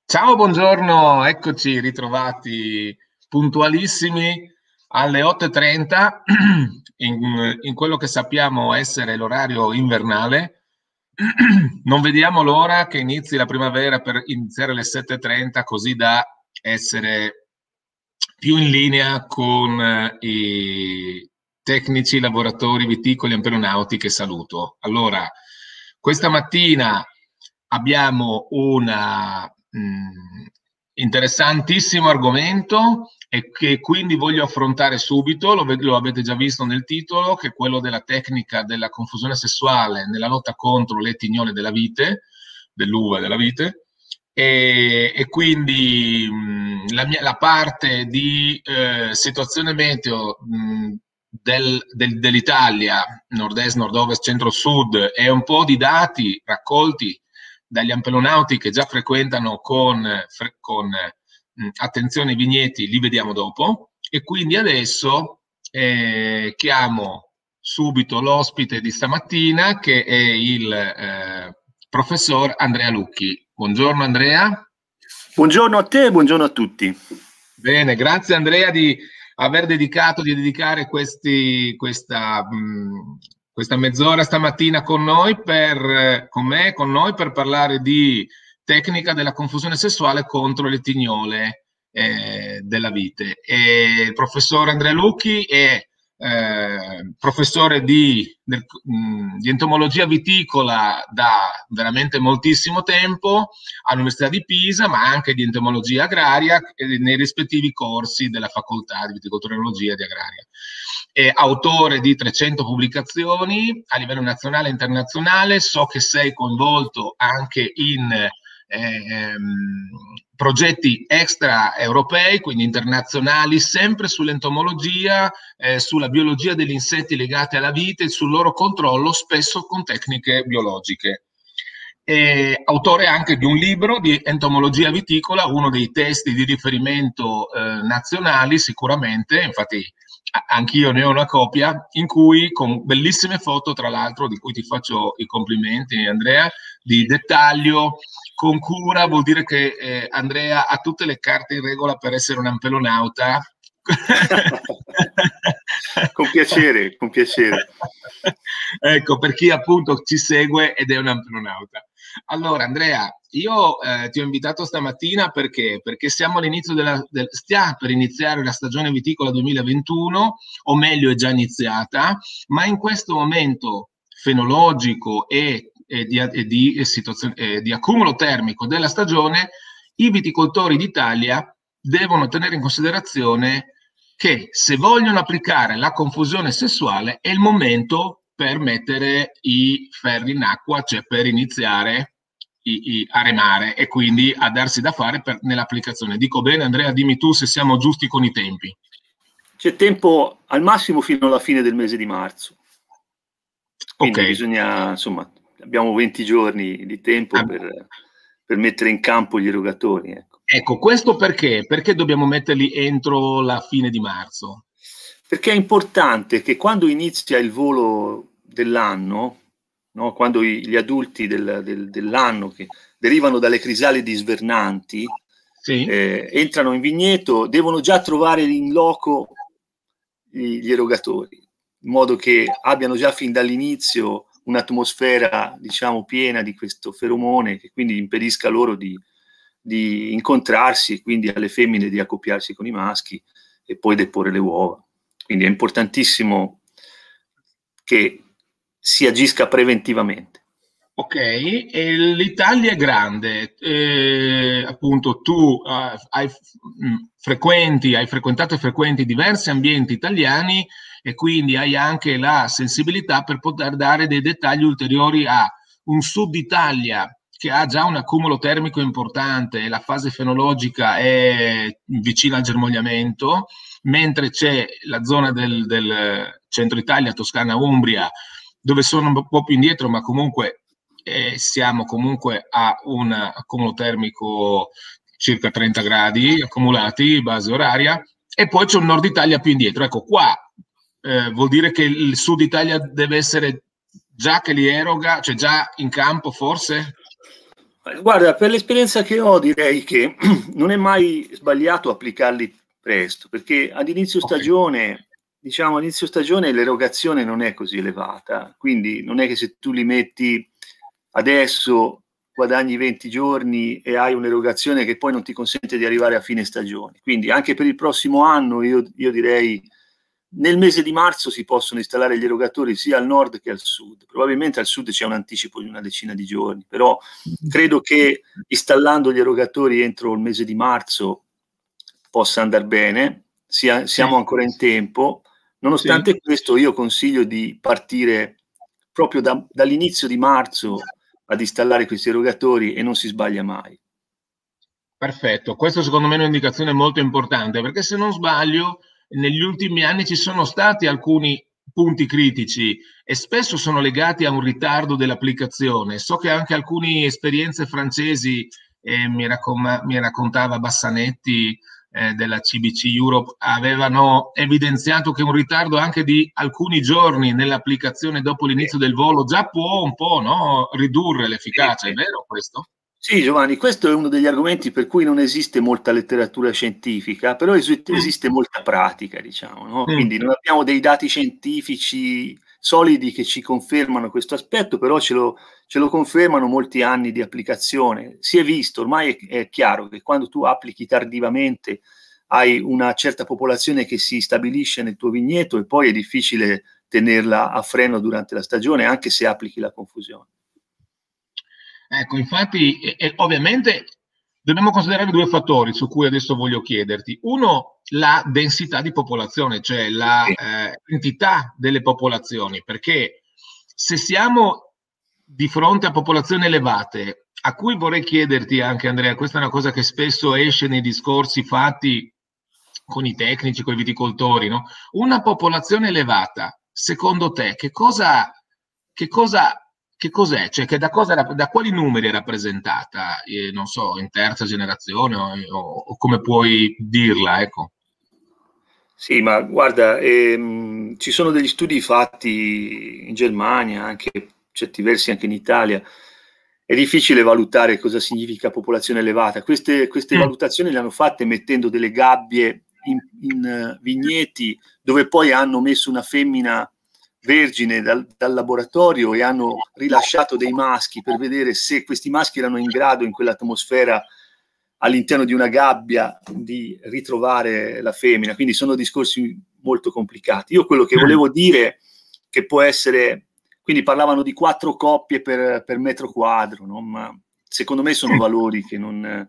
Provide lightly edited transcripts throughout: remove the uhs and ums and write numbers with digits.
Ciao, buongiorno, eccoci ritrovati puntualissimi alle 8:30 in quello che sappiamo essere l'orario invernale. Non vediamo l'ora che inizi la primavera per iniziare alle 7:30, così da essere più in linea con i tecnici, lavoratori viticoli e aeronauti che saluto. Allora, questa mattina abbiamo un interessantissimo argomento e che quindi voglio affrontare subito, lo avete già visto nel titolo, che è quello della tecnica della confusione sessuale nella lotta contro le tignole della vite, dell'uva e della vite. E quindi la parte di situazione meteo dell'Italia, nord-est, nord-ovest, centro-sud, e un po' di dati raccolti dagli ampelonauti che già frequentano con attenzione i vigneti, li vediamo dopo. E quindi adesso chiamo subito l'ospite di stamattina, che è il professor Andrea Lucchi. Buongiorno Andrea. Buongiorno a te e buongiorno a tutti. Bene, grazie Andrea di dedicare questa mezz'ora stamattina con noi con noi per parlare di tecnica della confusione sessuale contro le tignole della vite. E il professor Andrea Lucchi è professore di entomologia viticola da veramente moltissimo tempo all'Università di Pisa, ma anche di entomologia agraria nei rispettivi corsi della facoltà di viticoltura e enologia di agraria. È autore di 300 pubblicazioni a livello nazionale e internazionale. So che sei coinvolto anche in progetti extraeuropei, quindi internazionali, sempre sull'entomologia, sulla biologia degli insetti legati alla vite e sul loro controllo, spesso con tecniche biologiche. Autore anche di un libro di entomologia viticola, uno dei testi di riferimento nazionali sicuramente, infatti anch'io ne ho una copia, in cui con bellissime foto, tra l'altro, di cui ti faccio i complimenti Andrea, di dettaglio, con cura. Vuol dire che Andrea ha tutte le carte in regola per essere un ampelonauta. Con piacere, con piacere. Ecco, per chi appunto ci segue ed è un ampelonauta. Allora Andrea, io ti ho invitato stamattina perché siamo all'inizio stiamo per iniziare la stagione viticola 2021, o meglio è già iniziata, ma in questo momento fenologico e di accumulo termico della stagione, i viticoltori d'Italia devono tenere in considerazione che se vogliono applicare la confusione sessuale è il momento per mettere i ferri in acqua, cioè per iniziare a remare e quindi a darsi da fare nell'applicazione. Dico bene Andrea, dimmi tu se siamo giusti con i tempi. C'è tempo al massimo fino alla fine del mese di marzo. Quindi bisogna, insomma, abbiamo 20 giorni di tempo per mettere in campo gli erogatori. Ecco, questo perché? Perché dobbiamo metterli entro la fine di marzo? Perché è importante che quando inizia il volo dell'anno, no? Quando gli adulti dell'anno che derivano dalle crisalidi svernanti sì, entrano in vigneto, devono già trovare in loco gli erogatori, in modo che abbiano già fin dall'inizio un'atmosfera, diciamo, piena di questo feromone che quindi impedisca loro di incontrarsi e quindi alle femmine di accoppiarsi con i maschi e poi deporre le uova. Quindi è importantissimo che si agisca preventivamente. Ok, e l'Italia è grande, appunto tu hai frequentato e frequenti diversi ambienti italiani e quindi hai anche la sensibilità per poter dare dei dettagli ulteriori a un sud Italia che ha già un accumulo termico importante e la fase fenologica è vicina al germogliamento, mentre c'è la zona del centro Italia, Toscana, Umbria, dove sono un po' più indietro, ma comunque siamo comunque a un accumulo termico circa 30 gradi accumulati, base oraria, e poi c'è un nord Italia più indietro. Ecco, qua vuol dire che il sud Italia deve essere già che li eroga, cioè già in campo forse? Guarda, per l'esperienza che ho direi che non è mai sbagliato applicarli presto, perché ad inizio stagione, diciamo, all'inizio stagione l'erogazione non è così elevata, quindi non è che se tu li metti adesso guadagni 20 giorni e hai un'erogazione che poi non ti consente di arrivare a fine stagione. Quindi anche per il prossimo anno io direi nel mese di marzo si possono installare gli erogatori sia al nord che al sud. Probabilmente al sud c'è un anticipo di una decina di giorni, però credo che installando gli erogatori entro il mese di marzo possa andare bene, siamo ancora in tempo. Nonostante questo io consiglio di partire proprio dall'inizio di marzo ad installare questi erogatori e non si sbaglia mai. Perfetto, questo secondo me è un'indicazione molto importante, perché se non sbaglio negli ultimi anni ci sono stati alcuni punti critici e spesso sono legati a un ritardo dell'applicazione. So che anche alcune esperienze francesi, mi raccontava Bassanetti della CBC Europe, avevano evidenziato che un ritardo anche di alcuni giorni nell'applicazione dopo l'inizio del volo già può un po', no, ridurre l'efficacia, è vero questo? Sì, Giovanni, questo è uno degli argomenti per cui non esiste molta letteratura scientifica, però esiste molta pratica, diciamo, no? Quindi non abbiamo dei dati scientifici solidi che ci confermano questo aspetto, però ce lo confermano molti anni di applicazione. Si è visto, ormai è chiaro che quando tu applichi tardivamente hai una certa popolazione che si stabilisce nel tuo vigneto e poi è difficile tenerla a freno durante la stagione, anche se applichi la confusione. Ecco, infatti, ovviamente dobbiamo considerare due fattori su cui adesso voglio chiederti. Uno, la densità di popolazione, cioè la entità delle popolazioni, perché se siamo di fronte a popolazioni elevate, a cui vorrei chiederti anche, Andrea, questa è una cosa che spesso esce nei discorsi fatti con i tecnici, con i viticoltori, no? Una popolazione elevata, secondo te, che cosa che cos'è? Cioè, da quali numeri è rappresentata? Non so, in terza generazione o come puoi dirla, ecco. Sì, ma guarda, ci sono degli studi fatti in Germania, anche certi versi anche in Italia. È difficile valutare cosa significa popolazione elevata. Queste valutazioni le hanno fatte mettendo delle gabbie in vigneti dove poi hanno messo una femmina vergine dal laboratorio e hanno rilasciato dei maschi per vedere se questi maschi erano in grado in quell'atmosfera all'interno di una gabbia di ritrovare la femmina. Quindi sono discorsi molto complicati. Io quello che volevo dire che può essere, quindi parlavano di 4 coppie per metro quadro, no? Ma secondo me sono valori che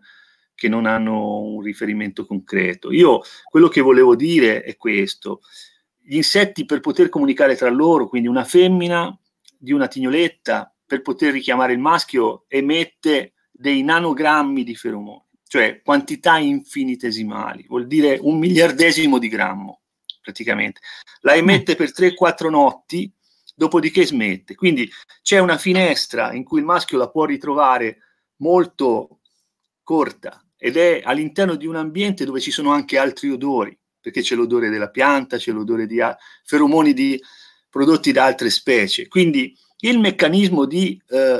non hanno un riferimento concreto. Io quello che volevo dire è questo: gli insetti, per poter comunicare tra loro, quindi una femmina di una tignoletta, per poter richiamare il maschio, emette dei nanogrammi di feromoni, cioè quantità infinitesimali, vuol dire 1/1000 di grammo praticamente. La emette per 3-4 notti, dopodiché smette. Quindi c'è una finestra in cui il maschio la può ritrovare molto corta ed è all'interno di un ambiente dove ci sono anche altri odori, perché c'è l'odore della pianta, c'è l'odore di feromoni prodotti da altre specie. Quindi il meccanismo di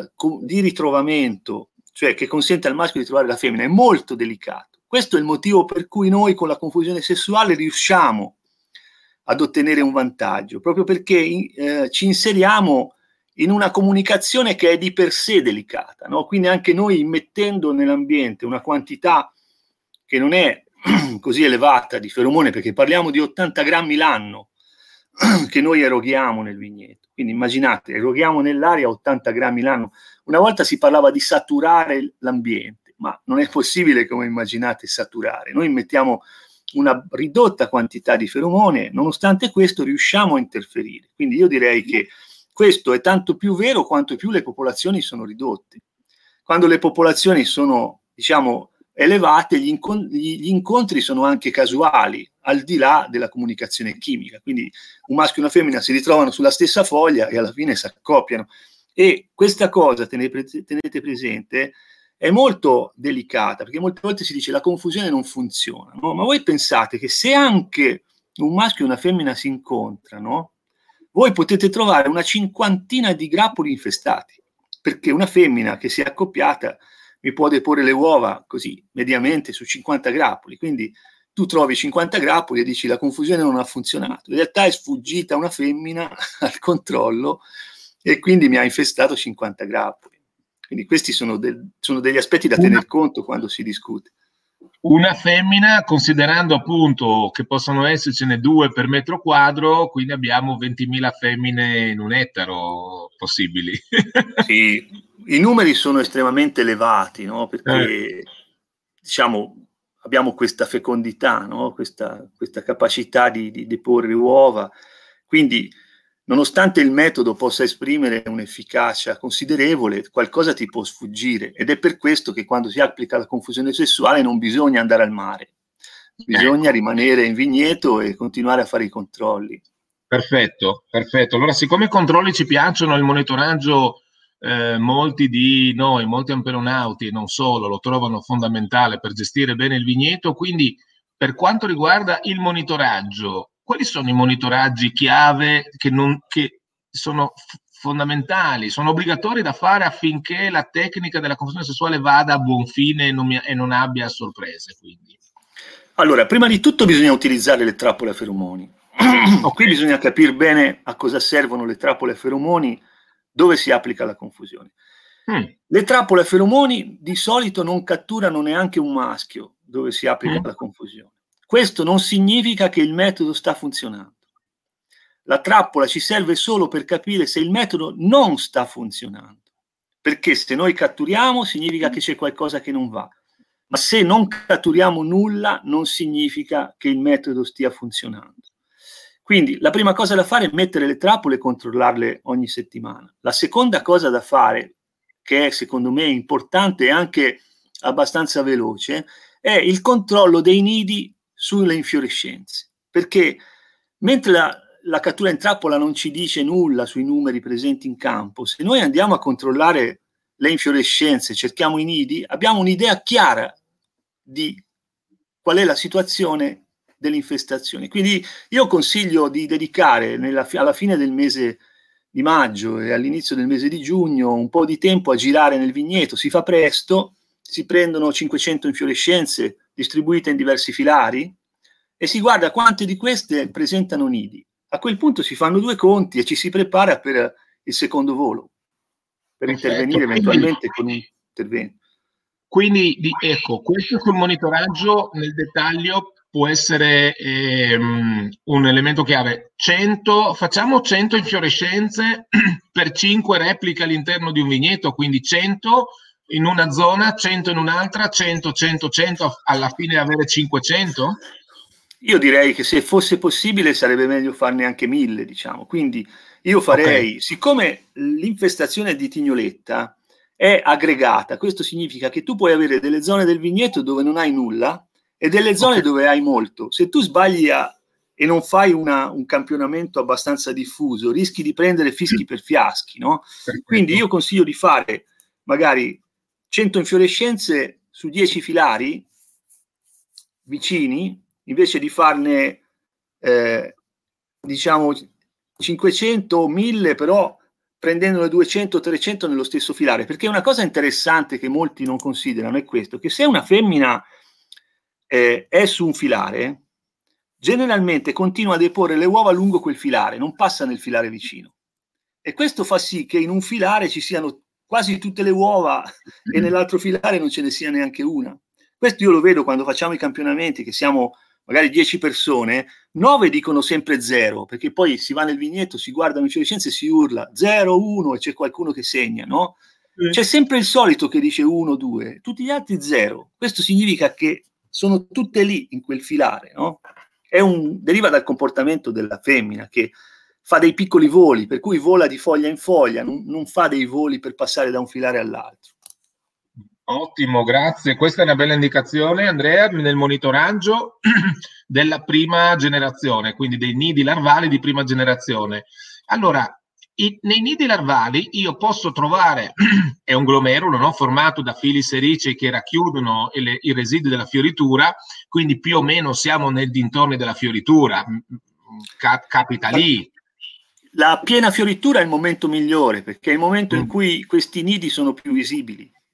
ritrovamento, cioè che consente al maschio di trovare la femmina, è molto delicato. Questo è il motivo per cui noi con la confusione sessuale riusciamo ad ottenere un vantaggio, proprio perché ci inseriamo in una comunicazione che è di per sé delicata, no? Quindi anche noi immettendo nell'ambiente una quantità che non è così elevata di feromone, perché parliamo di 80 grammi l'anno che noi eroghiamo nel vigneto. Quindi immaginate, eroghiamo nell'aria 80 grammi l'anno. Una volta si parlava di saturare l'ambiente, ma non è possibile, come immaginate, saturare. Noi mettiamo una ridotta quantità di feromone, nonostante questo riusciamo a interferire. Quindi io direi che questo è tanto più vero quanto più le popolazioni sono ridotte. Quando le popolazioni sono, diciamo, elevate, gli incontri sono anche casuali, al di là della comunicazione chimica. Quindi un maschio e una femmina si ritrovano sulla stessa foglia e alla fine si accoppiano. E questa cosa, tenete presente, è molto delicata, perché molte volte si dice la confusione non funziona, no? Ma voi pensate che se anche un maschio e una femmina si incontrano, voi potete trovare una cinquantina di grappoli infestati, perché una femmina che si è accoppiata mi può deporre le uova così, mediamente, su 50 grappoli. Quindi tu trovi 50 grappoli e dici la confusione non ha funzionato. In realtà è sfuggita una femmina al controllo e quindi mi ha infestato 50 grappoli. Quindi questi sono degli aspetti da tener conto quando si discute. Una femmina, considerando appunto che possono essercene 2 per metro quadro, quindi abbiamo 20.000 femmine in un ettaro possibili. Sì, i numeri sono estremamente elevati, no? Perché diciamo abbiamo questa fecondità, no? questa capacità di deporre uova. Quindi, nonostante il metodo possa esprimere un'efficacia considerevole, qualcosa ti può sfuggire. Ed è per questo che quando si applica la confusione sessuale non bisogna andare al mare, bisogna rimanere in vigneto e continuare a fare i controlli. Perfetto, perfetto. Allora, siccome i controlli ci piacciono, il monitoraggio, molti di noi, molti amperonauti e non solo, lo trovano fondamentale per gestire bene il vigneto, quindi per quanto riguarda il monitoraggio, quali sono i monitoraggi chiave che sono fondamentali, sono obbligatori da fare affinché la tecnica della confusione sessuale vada a buon fine e non abbia sorprese, quindi? Allora, prima di tutto bisogna utilizzare le trappole a feromoni. Qui bisogna capire bene a cosa servono le trappole a feromoni, dove si applica la confusione. Le trappole a feromoni di solito non catturano neanche un maschio dove si applica la confusione. Questo non significa che il metodo sta funzionando. La trappola ci serve solo per capire se il metodo non sta funzionando. Perché se noi catturiamo significa che c'è qualcosa che non va. Ma se non catturiamo nulla non significa che il metodo stia funzionando. Quindi la prima cosa da fare è mettere le trappole e controllarle ogni settimana. La seconda cosa da fare, che è secondo me importante e anche abbastanza veloce, è il controllo dei nidi sulle infiorescenze. Perché mentre la cattura in trappola non ci dice nulla sui numeri presenti in campo, se noi andiamo a controllare le infiorescenze, cerchiamo i nidi, abbiamo un'idea chiara di qual è la situazione dell'infestazione. Quindi io consiglio di dedicare alla fine del mese di maggio e all'inizio del mese di giugno un po' di tempo a girare nel vigneto. Si fa presto, si prendono 500 infiorescenze distribuite in diversi filari e si guarda quante di queste presentano nidi. A quel punto si fanno 2 conti e ci si prepara per il secondo volo, per intervenire eventualmente con un intervento. Quindi, ecco, questo sul monitoraggio nel dettaglio può essere un elemento chiave. Facciamo 100 infiorescenze per 5 repliche all'interno di un vigneto, quindi 100 in una zona, 100 in un'altra, 100, 100, 100, alla fine avere 500? Io direi che se fosse possibile sarebbe meglio farne anche 1000, diciamo. Quindi io farei, siccome l'infestazione di tignoletta è aggregata, questo significa che tu puoi avere delle zone del vigneto dove non hai nulla e delle zone dove hai molto. Se tu sbagli e non fai un campionamento abbastanza diffuso, rischi di prendere fischi per fiaschi, no? Quindi io consiglio di fare magari 100 infiorescenze su 10 filari vicini, invece di farne diciamo 500 o 1000, però prendendone 200 o 300 nello stesso filare, perché una cosa interessante che molti non considerano è questo, che se una femmina è su un filare, generalmente continua a deporre le uova lungo quel filare, non passa nel filare vicino, e questo fa sì che in un filare ci siano quasi tutte le uova e nell'altro filare non ce ne sia neanche una. Questo io lo vedo quando facciamo i campionamenti, che siamo magari 10 persone, 9 dicono sempre 0, perché poi si va nel vigneto, si guardano infiorescenze e si urla 0, 1 e c'è qualcuno che segna, no? C'è sempre il solito che dice 1, 2, tutti gli altri 0. Questo significa che sono tutte lì in quel filare, no? Deriva dal comportamento della femmina che fa dei piccoli voli, per cui vola di foglia in foglia, non fa dei voli per passare da un filare all'altro. Ottimo, grazie. Questa è una bella indicazione, Andrea, nel monitoraggio della prima generazione, quindi dei nidi larvali di prima generazione. Allora, nei nidi larvali io posso trovare, è un glomerulo, no? Formato da fili sericei che racchiudono i residui della fioritura, quindi più o meno siamo nel dintorni della fioritura, capita lì. La piena fioritura è il momento migliore, perché è il momento in cui questi nidi sono più visibili.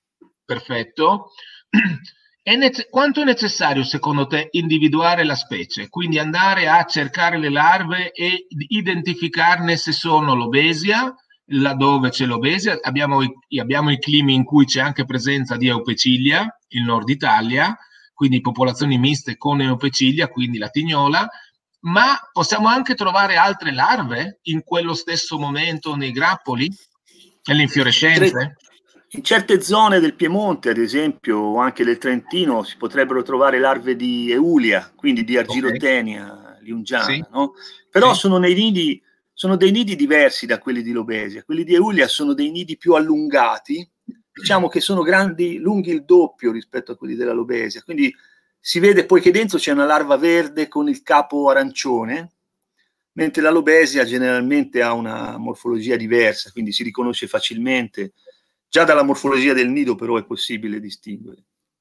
Perfetto. Quanto è necessario secondo te individuare la specie? Quindi andare a cercare le larve e identificarne se sono lobesia, laddove c'è lobesia. Abbiamo i climi in cui c'è anche presenza di Eupecilia, il nord Italia, quindi popolazioni miste con Eupecilia, quindi la tignola, ma possiamo anche trovare altre larve in quello stesso momento nei grappoli, nelle infiorescenze? In certe zone del Piemonte, ad esempio, o anche del Trentino, si potrebbero trovare larve di Eulia, quindi di Argirotenia liungiana, Sì. no? Però Sì. sono dei nidi diversi da quelli di Lobesia. Quelli di Eulia sono dei nidi più allungati, diciamo che sono grandi, lunghi il doppio rispetto a quelli della Lobesia. Quindi si vede poi che dentro c'è una larva verde con il capo arancione, mentre la Lobesia generalmente ha una morfologia diversa, quindi si riconosce facilmente. Già dalla morfologia del nido però è possibile distinguere.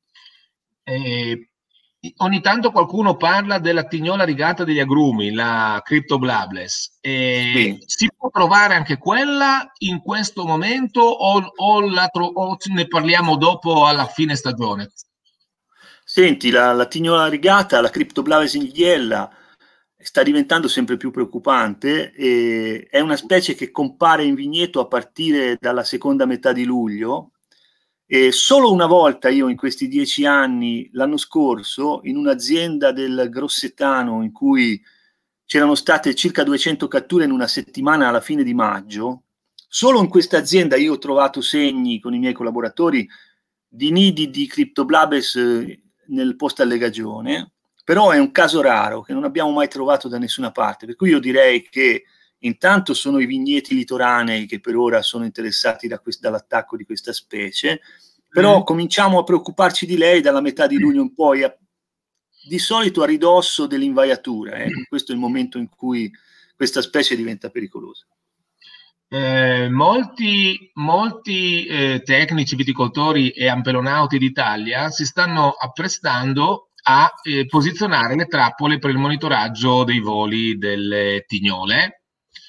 Ogni tanto qualcuno parla della tignola rigata degli agrumi, la Cryptoblables. Sì. Si può trovare anche quella in questo momento o ne parliamo dopo alla fine stagione? Senti, la tignola rigata, la Cryptoblaves inghiella, sta diventando sempre più preoccupante e è una specie che compare in vigneto a partire dalla seconda metà di luglio. E solo una volta io in questi 10 anni, l'anno scorso, in un'azienda del Grossetano in cui c'erano state circa 200 catture in una settimana alla fine di maggio, solo in questa azienda io ho trovato segni con i miei collaboratori di nidi di Cryptoblaves nel post allegagione, però è un caso raro che non abbiamo mai trovato da nessuna parte, per cui io direi che intanto sono i vigneti litoranei che per ora sono interessati dall'attacco di questa specie, però cominciamo a preoccuparci di lei dalla metà di luglio in poi, di solito a ridosso dell'invaiatura. Questo è il momento in cui questa specie diventa pericolosa. Molti tecnici, viticoltori e ampelonauti d'Italia si stanno apprestando a posizionare le trappole per il monitoraggio dei voli delle tignole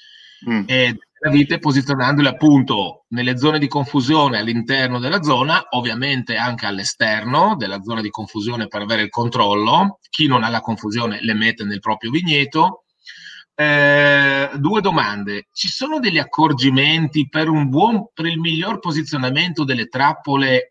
e della vite, posizionandole appunto nelle zone di confusione all'interno della zona, ovviamente anche all'esterno della zona di confusione per avere il controllo. Chi non ha la confusione le mette nel proprio vigneto. Due domande: ci sono degli accorgimenti per il miglior posizionamento delle trappole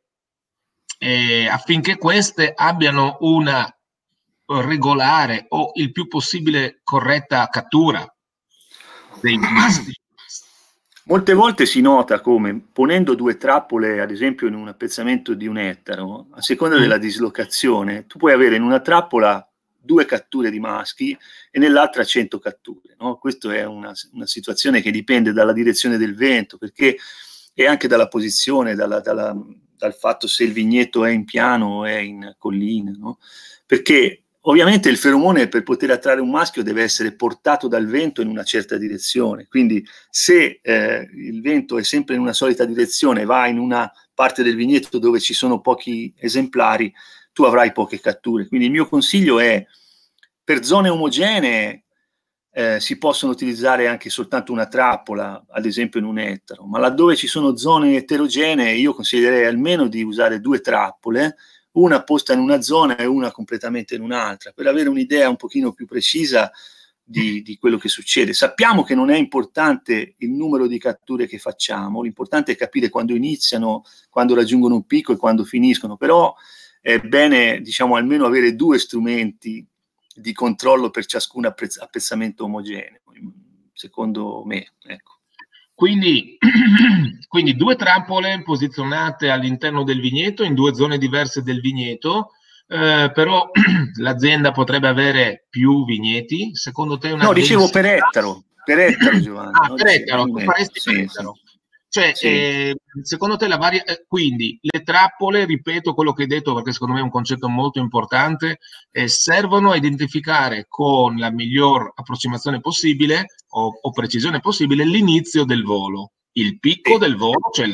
affinché queste abbiano una regolare o il più possibile corretta cattura dei maschi? Molte volte si nota come ponendo due trappole, ad esempio in un appezzamento di un ettaro, a seconda della dislocazione, tu puoi avere in una trappola 2 catture di maschi e nell'altra 100 catture. No? Questa è una situazione che dipende dalla direzione del vento, perché e anche dalla posizione, dal fatto se il vigneto è in piano o è in collina. No? Perché ovviamente il feromone per poter attrarre un maschio deve essere portato dal vento in una certa direzione, quindi se il vento è sempre in una solita direzione, va in una parte del vigneto dove ci sono pochi esemplari, tu avrai poche catture. Quindi il mio consiglio è, per zone omogenee si possono utilizzare anche soltanto una trappola, ad esempio in un ettaro, ma laddove ci sono zone eterogenee io consiglierei almeno di usare 2 trappole, una posta in una zona e una completamente in un'altra, per avere un'idea un pochino più precisa di quello che succede. Sappiamo che non è importante il numero di catture che facciamo, l'importante è capire quando iniziano, quando raggiungono un picco e quando finiscono, però è bene, diciamo, almeno avere 2 strumenti di controllo per ciascun appezzamento omogeneo, secondo me, ecco. Quindi 2 trappole posizionate all'interno del vigneto, in 2 zone diverse del vigneto, però l'azienda potrebbe avere più vigneti. Secondo te No, dicevo per ettaro Giovanni. Ah, per ettaro, tu faresti per ettaro. Cioè, sì. secondo te quindi le trappole, ripeto quello che hai detto perché secondo me è un concetto molto importante, servono a identificare con la miglior approssimazione possibile o precisione possibile l'inizio del volo, il picco del volo, cioè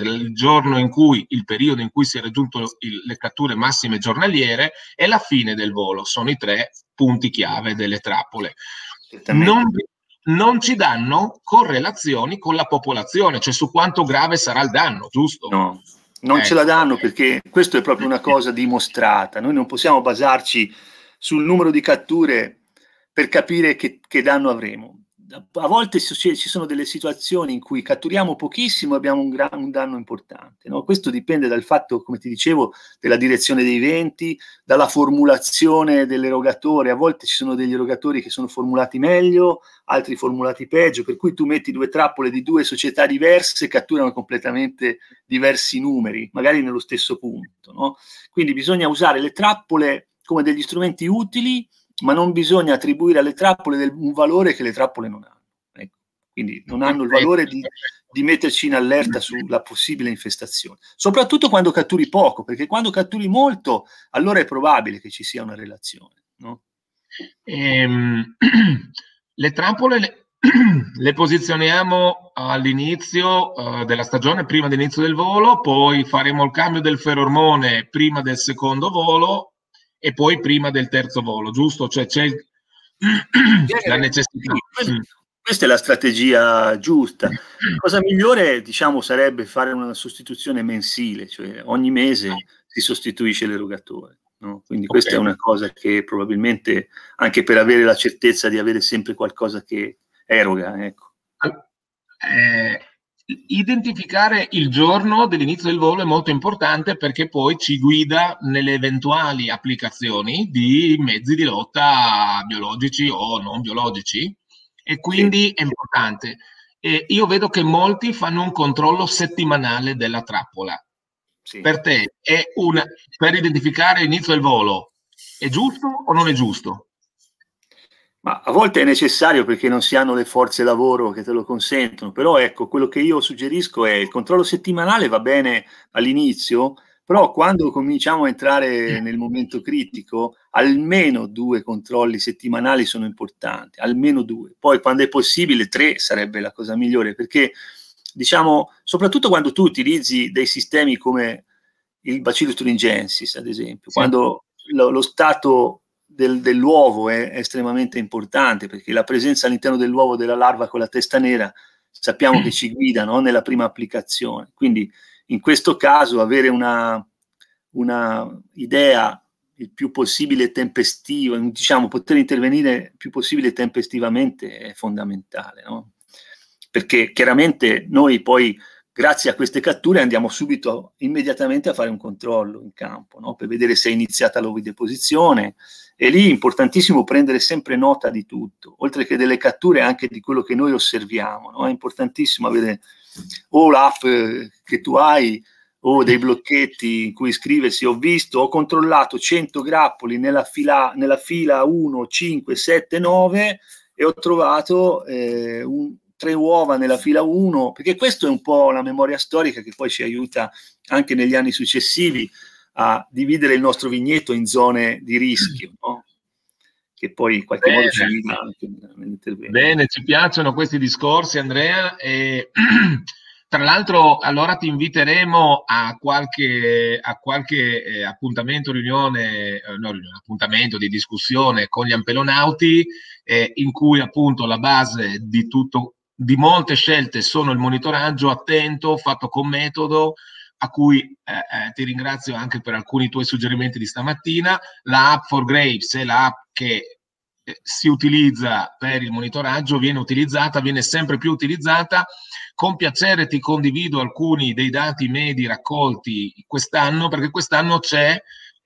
il periodo in cui si è raggiunto le catture massime giornaliere, e la fine del volo. Sono i 3 punti chiave delle trappole. Non ci danno correlazioni con la popolazione, cioè su quanto grave sarà il danno, giusto? Non ce la danno perché questo è proprio una cosa dimostrata. Noi non possiamo basarci sul numero di catture per capire che danno avremo. A volte ci sono delle situazioni in cui catturiamo pochissimo e abbiamo un danno importante, no? Questo dipende dal fatto, come ti dicevo, della direzione dei venti, dalla formulazione dell'erogatore. A volte ci sono degli erogatori che sono formulati meglio, altri formulati peggio, per cui tu metti due trappole di due società diverse e catturano completamente diversi numeri, magari nello stesso punto, no? Quindi bisogna usare le trappole come degli strumenti utili, ma non bisogna attribuire alle trappole un valore che le trappole non hanno. Ecco. Quindi non hanno il valore di metterci in allerta sulla possibile infestazione. Soprattutto quando catturi poco, perché quando catturi molto, allora è probabile che ci sia una relazione, no? Le trappole le posizioniamo all'inizio della stagione, prima dell'inizio del volo, poi faremo il cambio del ferormone prima del secondo volo e poi prima del terzo volo, giusto? Cioè c'è la necessità. Questa è la strategia giusta. La cosa migliore, diciamo, sarebbe fare una sostituzione mensile, cioè ogni mese si sostituisce l'erogatore, no? Quindi questa è una cosa che probabilmente, anche per avere la certezza di avere sempre qualcosa che eroga, ecco. Identificare il giorno dell'inizio del volo è molto importante perché poi ci guida nelle eventuali applicazioni di mezzi di lotta biologici o non biologici e quindi è importante. Io vedo che molti fanno un controllo settimanale della trappola. Per te per identificare l'inizio del volo è giusto o non è giusto? Ma a volte è necessario perché non si hanno le forze lavoro che te lo consentono, però ecco, quello che io suggerisco è il controllo settimanale va bene all'inizio, però quando cominciamo a entrare nel momento critico, almeno 2 controlli settimanali sono importanti, almeno 2. Poi quando è possibile 3 sarebbe la cosa migliore, perché diciamo, soprattutto quando tu utilizzi dei sistemi come il Bacillus thuringiensis, ad esempio, quando lo stato dell'uovo è estremamente importante perché la presenza all'interno dell'uovo della larva con la testa nera sappiamo che ci guida, no? Nella prima applicazione. Quindi in questo caso avere una idea il più possibile tempestiva, diciamo poter intervenire il più possibile tempestivamente è fondamentale, no? Perché chiaramente noi poi grazie a queste catture andiamo subito, immediatamente a fare un controllo in campo, no? Per vedere se è iniziata l'ovideposizione. E lì è importantissimo prendere sempre nota di tutto, oltre che delle catture anche di quello che noi osserviamo, no? È importantissimo avere o l'app che tu hai o dei blocchetti in cui scriversi ho controllato 100 grappoli nella fila 1, 5, 7, 9 e ho trovato 3 uova nella fila 1, perché questo è un po' la memoria storica che poi ci aiuta anche negli anni successivi a dividere il nostro vigneto in zone di rischio, no? Che poi in qualche modo ci guida anche nell'intervento. Bene, ci piacciono questi discorsi, Andrea. E tra l'altro, allora ti inviteremo a qualche appuntamento, appuntamento di discussione con gli ampelonauti, in cui appunto la base di molte scelte sono il monitoraggio attento, fatto con metodo, a cui ti ringrazio anche per alcuni tuoi suggerimenti di stamattina. La app for Grapes è la app che si utilizza per il monitoraggio, viene sempre più utilizzata. Con piacere ti condivido alcuni dei dati medi raccolti quest'anno, perché quest'anno c'è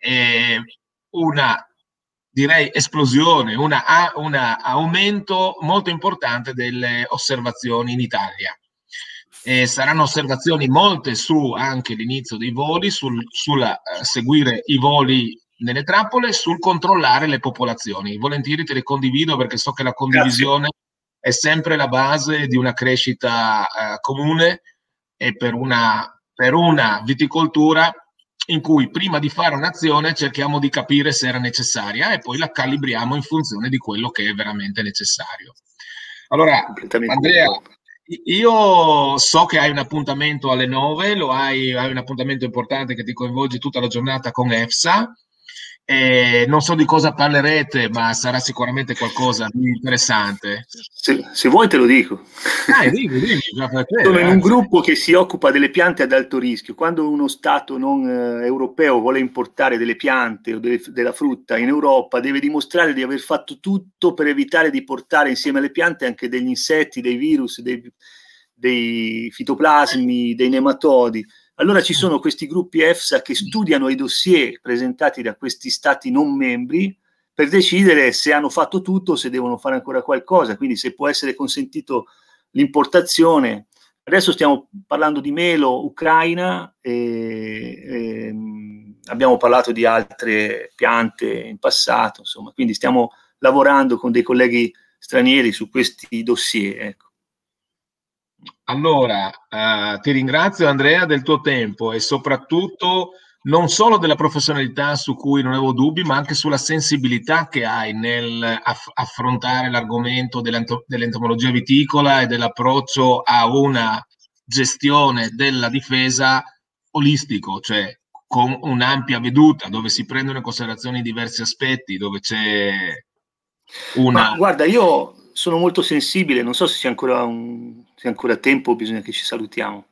una, direi, esplosione, un aumento molto importante delle osservazioni in Italia. Saranno osservazioni molte su anche l'inizio dei voli, sul seguire i voli nelle trappole, sul controllare le popolazioni. Volentieri te le condivido perché so che la condivisione è sempre la base di una crescita comune e per una viticoltura in cui prima di fare un'azione cerchiamo di capire se era necessaria e poi la calibriamo in funzione di quello che è veramente necessario. Allora, Andrea, io so che hai un appuntamento alle 9, hai un appuntamento importante che ti coinvolge tutta la giornata con EFSA Non so di cosa parlerete, ma sarà sicuramente qualcosa di interessante. Se vuoi te lo dico. Dimmi, fa piacere, Sono in un anzi. gruppo che si occupa delle piante ad alto rischio. Quando uno Stato non europeo vuole importare delle piante o della frutta in Europa, deve dimostrare di aver fatto tutto per evitare di portare insieme alle piante anche degli insetti, dei virus, dei fitoplasmi, dei nematodi. Allora ci sono questi gruppi EFSA che studiano i dossier presentati da questi Stati non membri per decidere se hanno fatto tutto o se devono fare ancora qualcosa, quindi se può essere consentito l'importazione. Adesso stiamo parlando di melo ucraina e abbiamo parlato di altre piante in passato, insomma, quindi stiamo lavorando con dei colleghi stranieri su questi dossier. Ecco. Allora, ti ringrazio Andrea del tuo tempo e soprattutto non solo della professionalità su cui non avevo dubbi, ma anche sulla sensibilità che hai nel affrontare l'argomento dell'entomologia viticola e dell'approccio a una gestione della difesa olistico, cioè con un'ampia veduta, dove si prendono in considerazione diversi aspetti, dove c'è Ma una... guarda, io sono molto sensibile, non so se c'è ancora, se è ancora tempo, bisogna che ci salutiamo.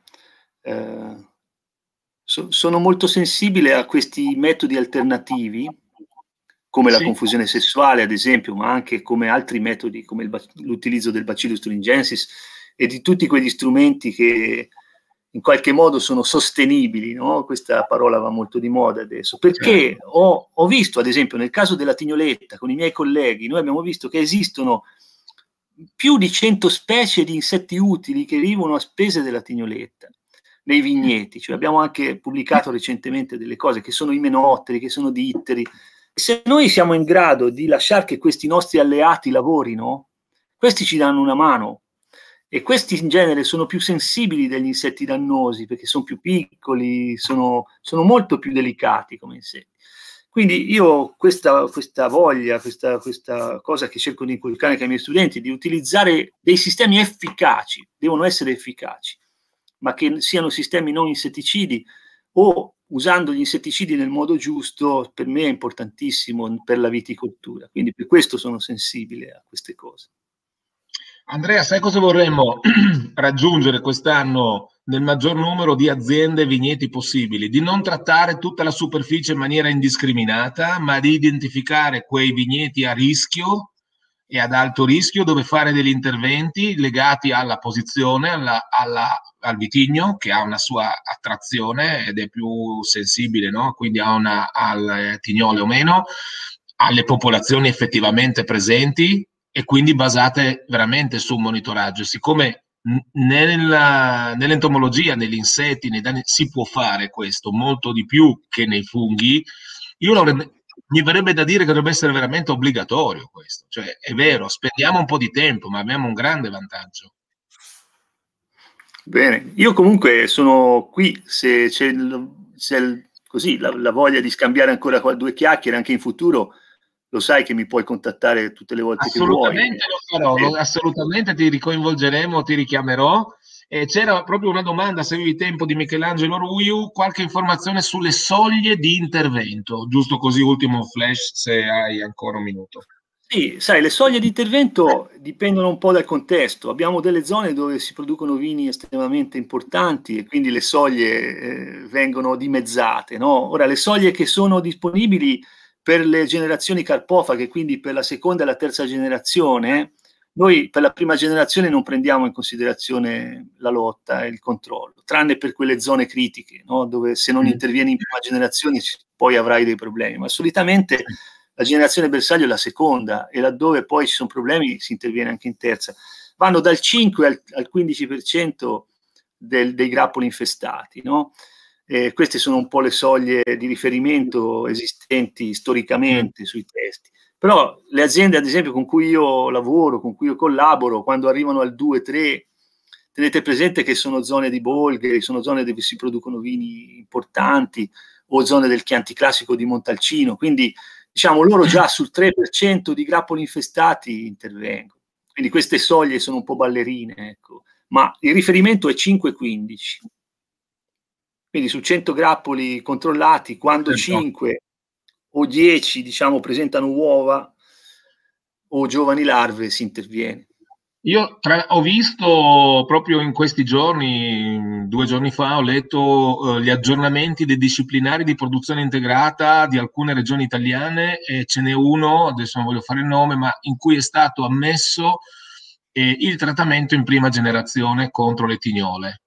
Sono molto sensibile a questi metodi alternativi, come la Sì. confusione sessuale, ad esempio, ma anche come altri metodi, come l'utilizzo del Bacillus thuringiensis e di tutti quegli strumenti che in qualche modo sono sostenibili, no? Questa parola va molto di moda adesso, perché Certo. ho visto, ad esempio, nel caso della tignoletta, con i miei colleghi, noi abbiamo visto che esistono più di 100 specie di insetti utili che vivono a spese della tignoletta nei vigneti, cioè abbiamo anche pubblicato recentemente delle cose che sono imenotteri, che sono ditteri. Se noi siamo in grado di lasciare che questi nostri alleati lavorino, questi ci danno una mano e questi in genere sono più sensibili degli insetti dannosi perché sono più piccoli, sono molto più delicati come insetti. Quindi io questa voglia, questa cosa che cerco di inculcare anche ai miei studenti, di utilizzare dei sistemi efficaci, devono essere efficaci, ma che siano sistemi non insetticidi o usando gli insetticidi nel modo giusto, per me è importantissimo per la viticoltura. Quindi per questo sono sensibile a queste cose. Andrea, sai cosa vorremmo raggiungere quest'anno nel maggior numero di aziende e vigneti possibili? Di non trattare tutta la superficie in maniera indiscriminata, ma di identificare quei vigneti a rischio e ad alto rischio dove fare degli interventi legati alla posizione, al vitigno che ha una sua attrazione ed è più sensibile, no? Quindi al tignole o meno, alle popolazioni effettivamente presenti e quindi basate veramente su un monitoraggio. Siccome nell'entomologia, negli insetti, nei danni, si può fare questo molto di più che nei funghi, mi verrebbe da dire che dovrebbe essere veramente obbligatorio questo. Cioè, è vero, spendiamo un po' di tempo, ma abbiamo un grande vantaggio. Bene, io comunque sono qui se c'è così la voglia di scambiare ancora due chiacchiere anche in futuro, lo sai che mi puoi contattare tutte le volte che vuoi. Assolutamente lo farò, assolutamente ti ricoinvolgeremo, ti richiamerò. C'era proprio una domanda, se avevi tempo, di Michelangelo Ruiu, qualche informazione sulle soglie di intervento, giusto così, ultimo flash, se hai ancora un minuto. Sì, sai, le soglie di intervento dipendono un po' dal contesto. Abbiamo delle zone dove si producono vini estremamente importanti e quindi le soglie vengono dimezzate, no? Ora, le soglie che sono disponibili per le generazioni carpofaghe, quindi per la seconda e la terza generazione, noi per la prima generazione non prendiamo in considerazione la lotta e il controllo, tranne per quelle zone critiche, no? Dove se non intervieni in prima generazione poi avrai dei problemi, ma solitamente la generazione bersaglio è la seconda e laddove poi ci sono problemi si interviene anche in terza. Vanno dal 5 al 15% dei grappoli infestati, no? Queste sono un po' le soglie di riferimento esistenti storicamente sui testi. Però le aziende, ad esempio, con cui io lavoro, con cui io collaboro, quando arrivano al 2-3, tenete presente che sono zone di Bolgheri, sono zone dove si producono vini importanti, o zone del Chianti Classico di Montalcino, quindi diciamo loro già sul 3% di grappoli infestati intervengono. Quindi queste soglie sono un po' ballerine, ecco. Ma il riferimento è 5-15. Quindi su 100 grappoli controllati, quando 5 o 10, diciamo, presentano uova o giovani larve, si interviene. Io ho visto proprio in questi giorni, 2 giorni fa, ho letto gli aggiornamenti dei disciplinari di produzione integrata di alcune regioni italiane e ce n'è uno, adesso non voglio fare il nome, ma in cui è stato ammesso il trattamento in prima generazione contro le tignole.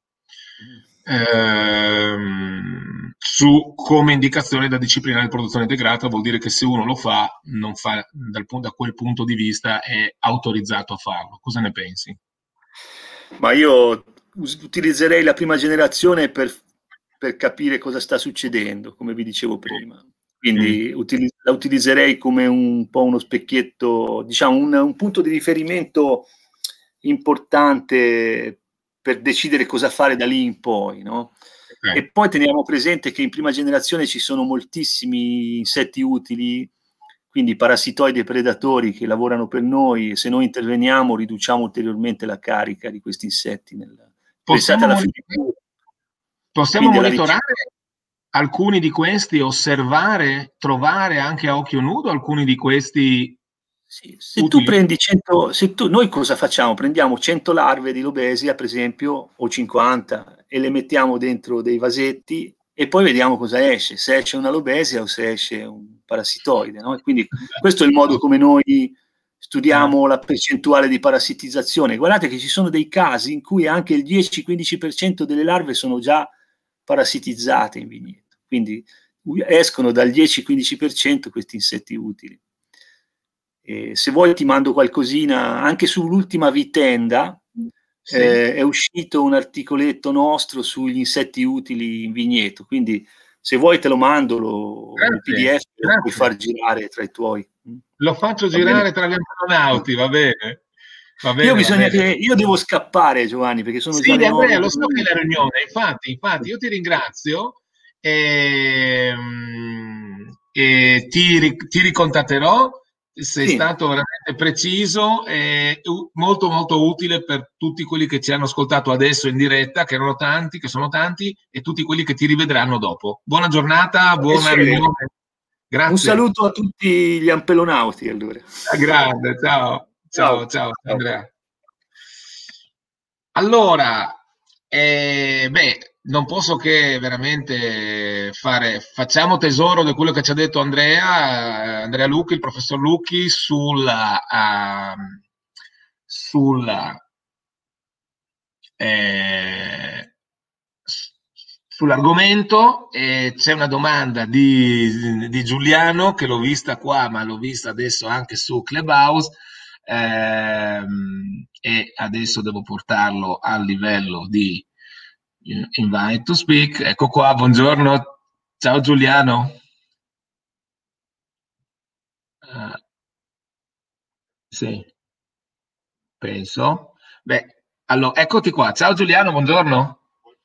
Su come indicazione da disciplinare di produzione integrata vuol dire che se uno lo fa, non fa da quel punto di vista è autorizzato a farlo. Cosa ne pensi? Ma io utilizzerei la prima generazione per capire cosa sta succedendo, come vi dicevo prima. Quindi la utilizzerei come un po' uno specchietto, diciamo un punto di riferimento importante per decidere cosa fare da lì in poi, no? Okay. E poi teniamo presente che in prima generazione ci sono moltissimi insetti utili, quindi parassitoidi e predatori che lavorano per noi, e se noi interveniamo riduciamo ulteriormente la carica di questi insetti. Pensate alla fioritura. Possiamo monitorare alcuni di questi, osservare, trovare anche a occhio nudo alcuni di questi. Sì, se tu prendi 100, noi cosa facciamo? Prendiamo 100 larve di lobesia, per esempio, o 50, e le mettiamo dentro dei vasetti e poi vediamo cosa esce, se esce una lobesia o se esce un parassitoide, no? E quindi questo è il modo come noi studiamo la percentuale di parassitizzazione. Guardate che ci sono dei casi in cui anche il 10-15% delle larve sono già parassitizzate in vigneto, quindi escono dal 10-15% questi insetti utili. Se vuoi ti mando qualcosina anche sull'ultima vitenda. Sì. È uscito un articoletto nostro sugli insetti utili in vigneto, quindi se vuoi te lo mando il PDF, lo puoi far girare tra i tuoi. Lo faccio girare tra gli astronauti, va bene? Va bene, io devo scappare, Giovanni, perché sono già le 9. Andrea, lo so che è la riunione, infatti io ti ringrazio e ti ricontatterò. Sei stato veramente preciso e molto molto utile per tutti quelli che ci hanno ascoltato adesso in diretta, che sono tanti, e tutti quelli che ti rivedranno dopo. Buona giornata, buona riunione. Grazie. Un saluto a tutti gli ampelonauti, allora. Grande, ciao Andrea. Allora, non posso che veramente facciamo tesoro di quello che ci ha detto Andrea Lucchi, il professor Lucchi, sull'argomento. C'è una domanda di Giuliano che l'ho vista qua, ma l'ho vista adesso anche su Clubhouse. E adesso devo portarlo al livello di invite to speak. Ecco qua, buongiorno, ciao Giuliano. Sì, penso. Allora, eccoti qua, ciao Giuliano, buongiorno.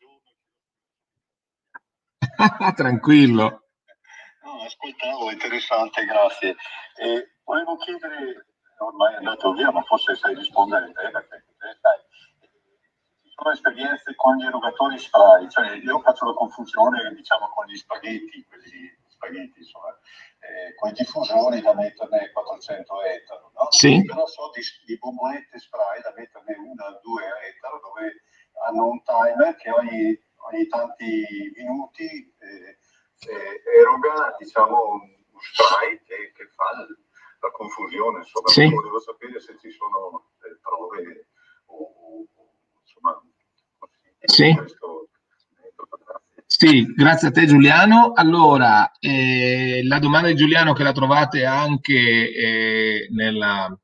Tranquillo. No, ascoltavo, interessante, grazie. Volevo chiedere, ormai è andato via, ma forse sai rispondere te, perché te sai, ci sono esperienze con gli erogatori spray, cioè io faccio la confusione, diciamo, con gli spaghetti, insomma, con i diffusori da metterne 400 ettaro, no? Sì. Però so di bombolette spray da metterne 1-2 ettaro, dove hanno un timer che ogni tanti minuti eroga, diciamo, un spray che fa la confusione. Insomma, sì. Volevo sapere se ci sono prove o insomma, sì. Questo. Sì, grazie a te Giuliano. Allora, la domanda di Giuliano, che la trovate anche nella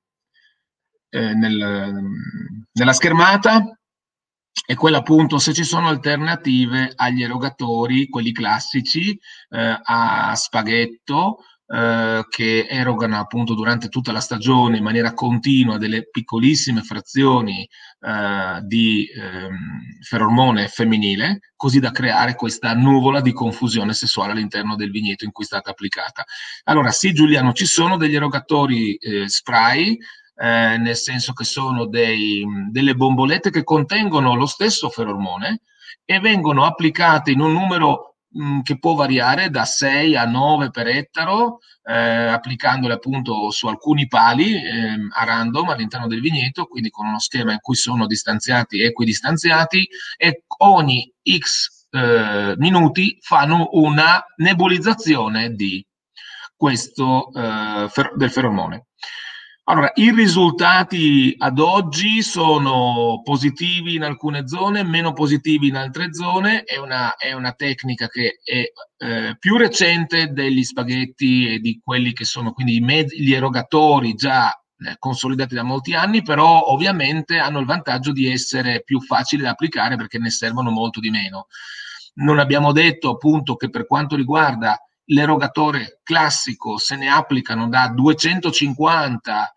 schermata, è quella appunto se ci sono alternative agli erogatori, quelli classici, a spaghetto, che erogano appunto durante tutta la stagione in maniera continua delle piccolissime frazioni di feromone femminile, così da creare questa nuvola di confusione sessuale all'interno del vigneto in cui è stata applicata. Allora sì Giuliano, ci sono degli erogatori spray, nel senso che sono delle bombolette che contengono lo stesso feromone e vengono applicate in un numero che può variare da 6 a 9 per ettaro, applicandole appunto su alcuni pali a random all'interno del vigneto, quindi con uno schema in cui sono distanziati e equidistanziati, e ogni X minuti fanno una nebulizzazione di questo del feromone. Allora, i risultati ad oggi sono positivi in alcune zone, meno positivi in altre zone. È una tecnica che è più recente degli spaghetti e di quelli che sono quindi gli erogatori già consolidati da molti anni, però ovviamente hanno il vantaggio di essere più facili da applicare perché ne servono molto di meno. Non abbiamo detto appunto che per quanto riguarda l'erogatore classico se ne applicano da 250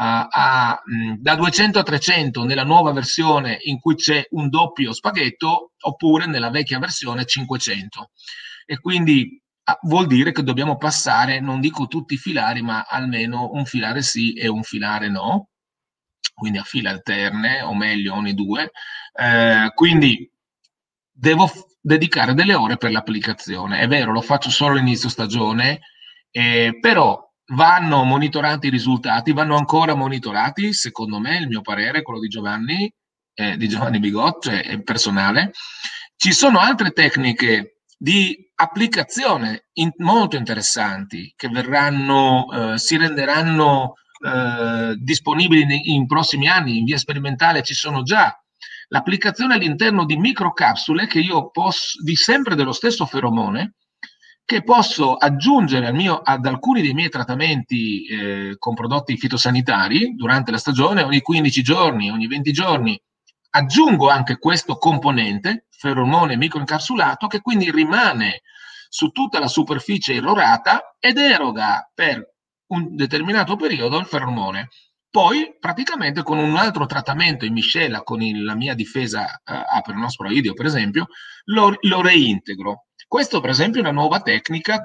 da 200 a 300 nella nuova versione in cui c'è un doppio spaghetto, oppure nella vecchia versione 500. E quindi vuol dire che dobbiamo passare, non dico tutti i filari, ma almeno un filare sì e un filare no, quindi a file alterne, o meglio ogni due. Quindi devo dedicare delle ore per l'applicazione. È vero, lo faccio solo all'inizio stagione, però vanno monitorati i risultati, vanno ancora monitorati, secondo me, il mio parere, quello di Giovanni Bigot, cioè personale. Ci sono altre tecniche di applicazione molto interessanti che si renderanno disponibili in prossimi anni. In via sperimentale ci sono già l'applicazione all'interno di microcapsule che io posso, di sempre dello stesso feromone, che posso aggiungere ad alcuni dei miei trattamenti con prodotti fitosanitari durante la stagione. Ogni 15 giorni, ogni 20 giorni aggiungo anche questo componente, feromone microincapsulato, che quindi rimane su tutta la superficie irrorata ed eroga per un determinato periodo il feromone. Poi praticamente con un altro trattamento in miscela con la mia difesa a peronosporoideo, per esempio, lo reintegro. Questo per esempio è una nuova tecnica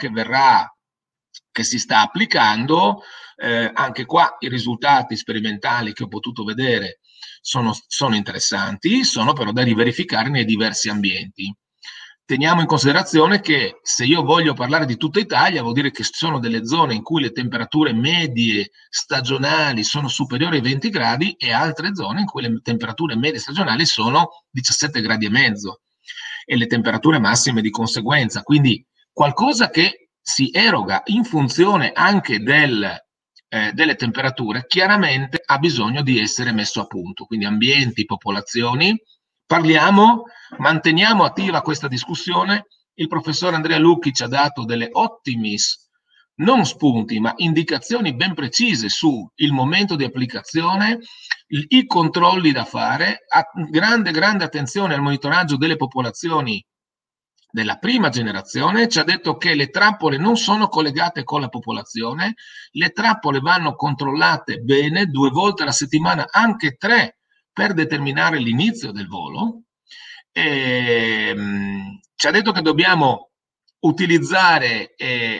che si sta applicando. Anche qua i risultati sperimentali che ho potuto vedere sono interessanti, sono però da riverificare nei diversi ambienti. Teniamo in considerazione che se io voglio parlare di tutta Italia, vuol dire che ci sono delle zone in cui le temperature medie stagionali sono superiori ai 20 gradi e altre zone in cui le temperature medie stagionali sono 17 gradi e mezzo e le temperature massime di conseguenza. Quindi qualcosa che si eroga in funzione anche delle temperature chiaramente ha bisogno di essere messo a punto. Quindi ambienti, popolazioni. Manteniamo attiva questa discussione. Il professor Andrea Lucchi ci ha dato delle ottimis, non spunti, ma indicazioni ben precise sul momento di applicazione, i controlli da fare, grande attenzione al monitoraggio delle popolazioni della prima generazione. Ci ha detto che le trappole non sono collegate con la popolazione, le trappole vanno controllate bene 2 volte alla settimana, anche 3, per determinare l'inizio del volo. Ci ha detto che dobbiamo utilizzare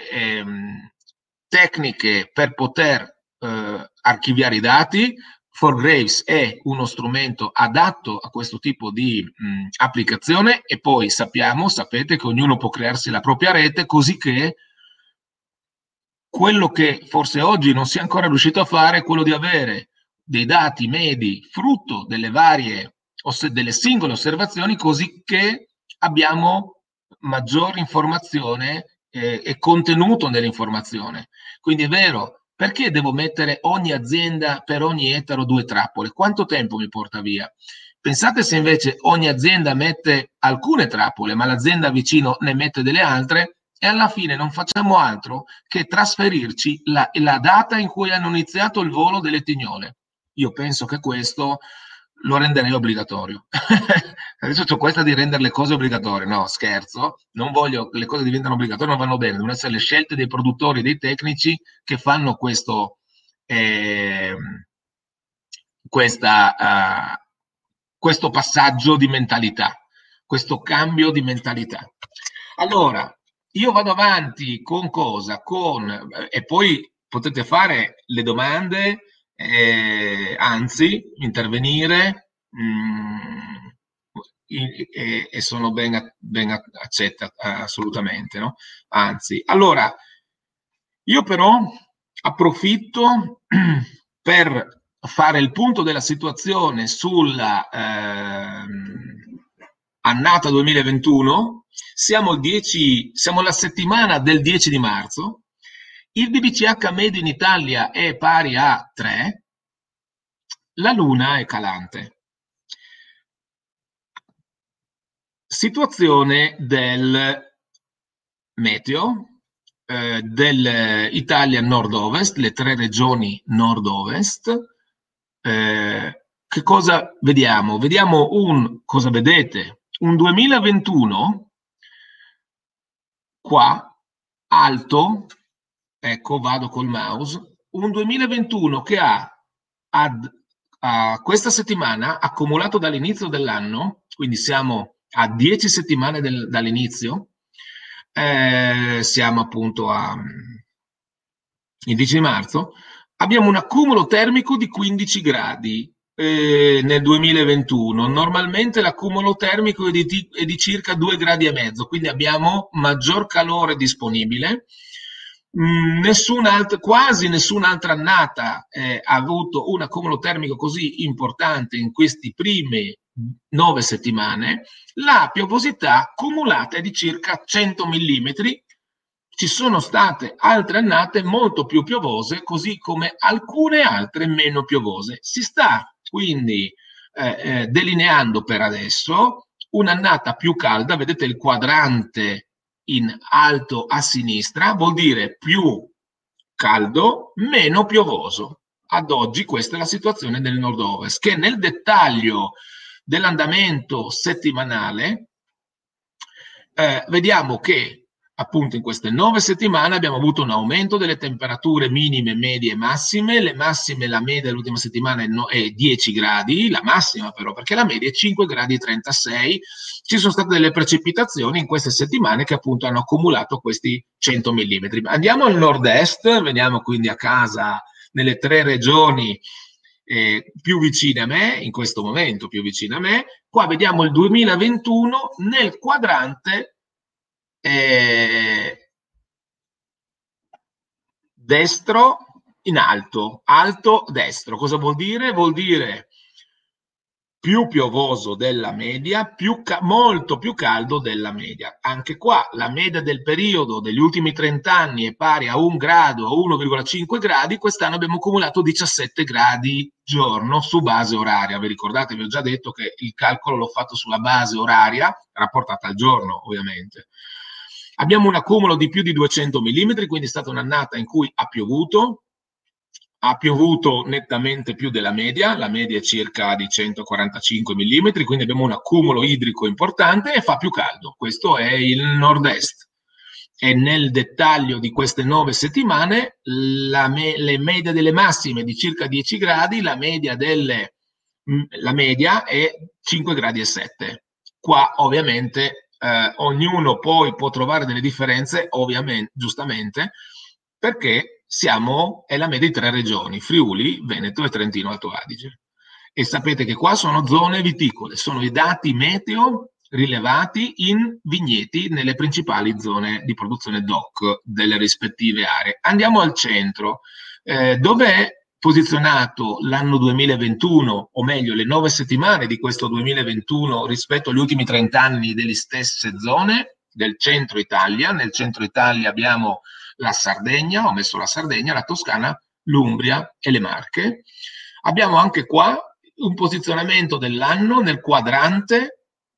tecniche per poter archiviare i dati. ForGraves è uno strumento adatto a questo tipo di applicazione, e poi sapete che ognuno può crearsi la propria rete, così che quello che forse oggi non si è ancora riuscito a fare è quello di avere dei dati medi frutto delle delle singole osservazioni, così che abbiamo maggior informazione e contenuto nell'informazione. Quindi è vero, perché devo mettere ogni azienda per ogni ettaro 2 trappole? Quanto tempo mi porta via? Pensate se invece ogni azienda mette alcune trappole, ma l'azienda vicino ne mette delle altre, e alla fine non facciamo altro che trasferirci la data in cui hanno iniziato il volo delle tignole. Io penso che questo lo renderei obbligatorio. Adesso c'ho questa di rendere le cose obbligatorie. No, scherzo, non voglio che le cose diventino obbligatorie, non vanno bene, devono essere le scelte dei produttori, dei tecnici che fanno questo passaggio di mentalità, questo cambio di mentalità. Allora, io vado avanti con cosa? E poi potete fare le domande, anzi, intervenire. e sono ben accette assolutamente, no? Anzi, allora, io però approfitto per fare il punto della situazione sulla annata 2021. Siamo alla settimana del 10 di marzo, il BBCH medio in Italia è pari a 3, la luna è calante. Situazione del meteo dell'Italia nord-ovest, le 3 regioni nord-ovest. Che cosa vediamo? Vediamo cosa vedete? Un 2021 qua, alto, ecco, vado col mouse, un 2021 che ha questa settimana, accumulato dall'inizio dell'anno, quindi siamo a 10 settimane dall'inizio, siamo appunto il 10 marzo, abbiamo un accumulo termico di 15 gradi nel 2021. Normalmente l'accumulo termico è di circa 2 gradi e mezzo, quindi abbiamo maggior calore disponibile. Quasi nessun'altra annata ha avuto un accumulo termico così importante in queste prime 9 settimane. La piovosità cumulata è di circa 100 mm. Ci sono state altre annate molto più piovose, così come alcune altre meno piovose. Si sta quindi delineando per adesso un'annata più calda. Vedete il quadrante in alto a sinistra, vuol dire più caldo, meno piovoso. Ad oggi questa è la situazione del nord-ovest, che nel dettaglio dell'andamento settimanale vediamo che appunto in queste 9 settimane abbiamo avuto un aumento delle temperature minime, medie e massime. Le massime, la media dell'ultima settimana è 10 gradi, la massima però, perché la media è 5 gradi e 36. Ci sono state delle precipitazioni in queste settimane che appunto hanno accumulato questi 100 mm. Andiamo al nord-est, veniamo quindi a casa nelle 3 regioni più vicine a me, in questo momento più vicine a me. Qua vediamo il 2021 nel quadrante destro in alto, alto destro. Cosa vuol dire? Vuol dire più piovoso della media, molto più caldo della media. Anche qua la media del periodo degli ultimi 30 anni è pari a 1 grado, a 1,5 gradi. Quest'anno abbiamo accumulato 17 gradi giorno su base oraria. Vi ricordate, vi ho già detto che il calcolo l'ho fatto sulla base oraria, rapportata al giorno ovviamente. Abbiamo un accumulo di più di 200 mm, quindi è stata un'annata in cui ha piovuto nettamente più della media, la media è circa di 145 mm, quindi abbiamo un accumulo idrico importante e fa più caldo. Questo è il nord-est. E nel dettaglio di queste 9 settimane, le medie delle massime di circa 10 gradi, la media è 5 gradi e 7. Qua ovviamente ognuno poi può trovare delle differenze, ovviamente, giustamente, perché è la media di 3 regioni, Friuli, Veneto e Trentino Alto Adige. E sapete che qua sono zone viticole, sono i dati meteo rilevati in vigneti nelle principali zone di produzione DOC delle rispettive aree. Andiamo al centro, dove è posizionato l'anno 2021, o meglio le 9 settimane di questo 2021 rispetto agli ultimi 30 anni delle stesse zone del centro Italia. Nel centro Italia abbiamo la Sardegna, ho messo la Sardegna, la Toscana, l'Umbria e le Marche. Abbiamo anche qua un posizionamento dell'anno nel quadrante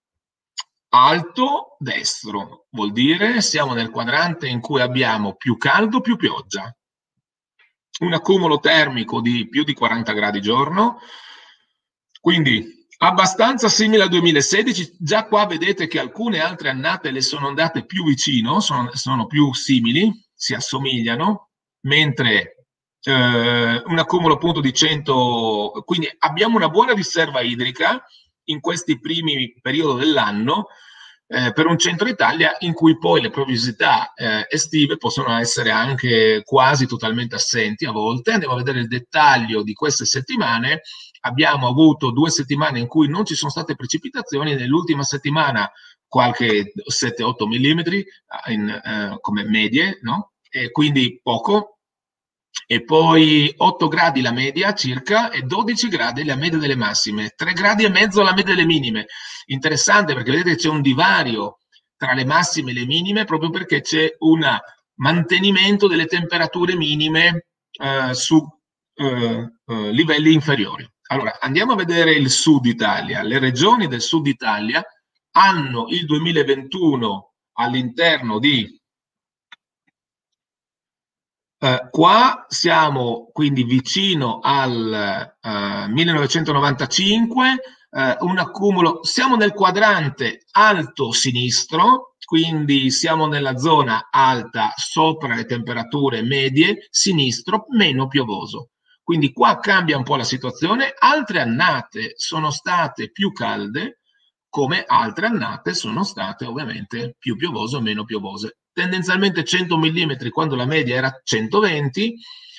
alto destro, vuol dire siamo nel quadrante in cui abbiamo più caldo, più pioggia, un accumulo termico di più di 40 gradi giorno, quindi abbastanza simile al 2016. Già qua vedete che alcune altre annate le sono andate più vicino, sono più simili, si assomigliano, mentre un accumulo appunto di 100, quindi abbiamo una buona riserva idrica in questi primi periodi dell'anno. per un centro Italia in cui poi le piovosità estive possono essere anche quasi totalmente assenti a volte. Andiamo a vedere il dettaglio di queste settimane. Abbiamo avuto 2 settimane in cui non ci sono state precipitazioni, nell'ultima settimana qualche 7-8 millimetri come medie, no? E quindi poco, e poi 8 gradi la media circa e 12 gradi la media delle massime, 3 gradi e mezzo la media delle minime. Interessante, perché vedete c'è un divario tra le massime e le minime proprio perché c'è un mantenimento delle temperature minime su livelli inferiori. Allora, andiamo a vedere il sud Italia. Le regioni del sud Italia hanno il 2021 all'interno di... qua siamo quindi vicino al 1995, un accumulo, siamo nel quadrante alto sinistro, quindi siamo nella zona alta sopra le temperature medie, sinistro meno piovoso. Quindi qua cambia un po' la situazione. Altre annate sono state più calde, come altre annate sono state ovviamente più piovose o meno piovose. Tendenzialmente 100 mm quando la media era 120,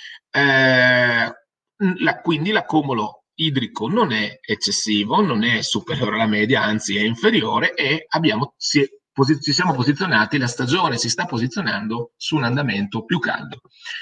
quindi l'accumulo idrico non è eccessivo, non è superiore alla media, anzi è inferiore, e ci siamo posizionati, la stagione si sta posizionando su un andamento più caldo.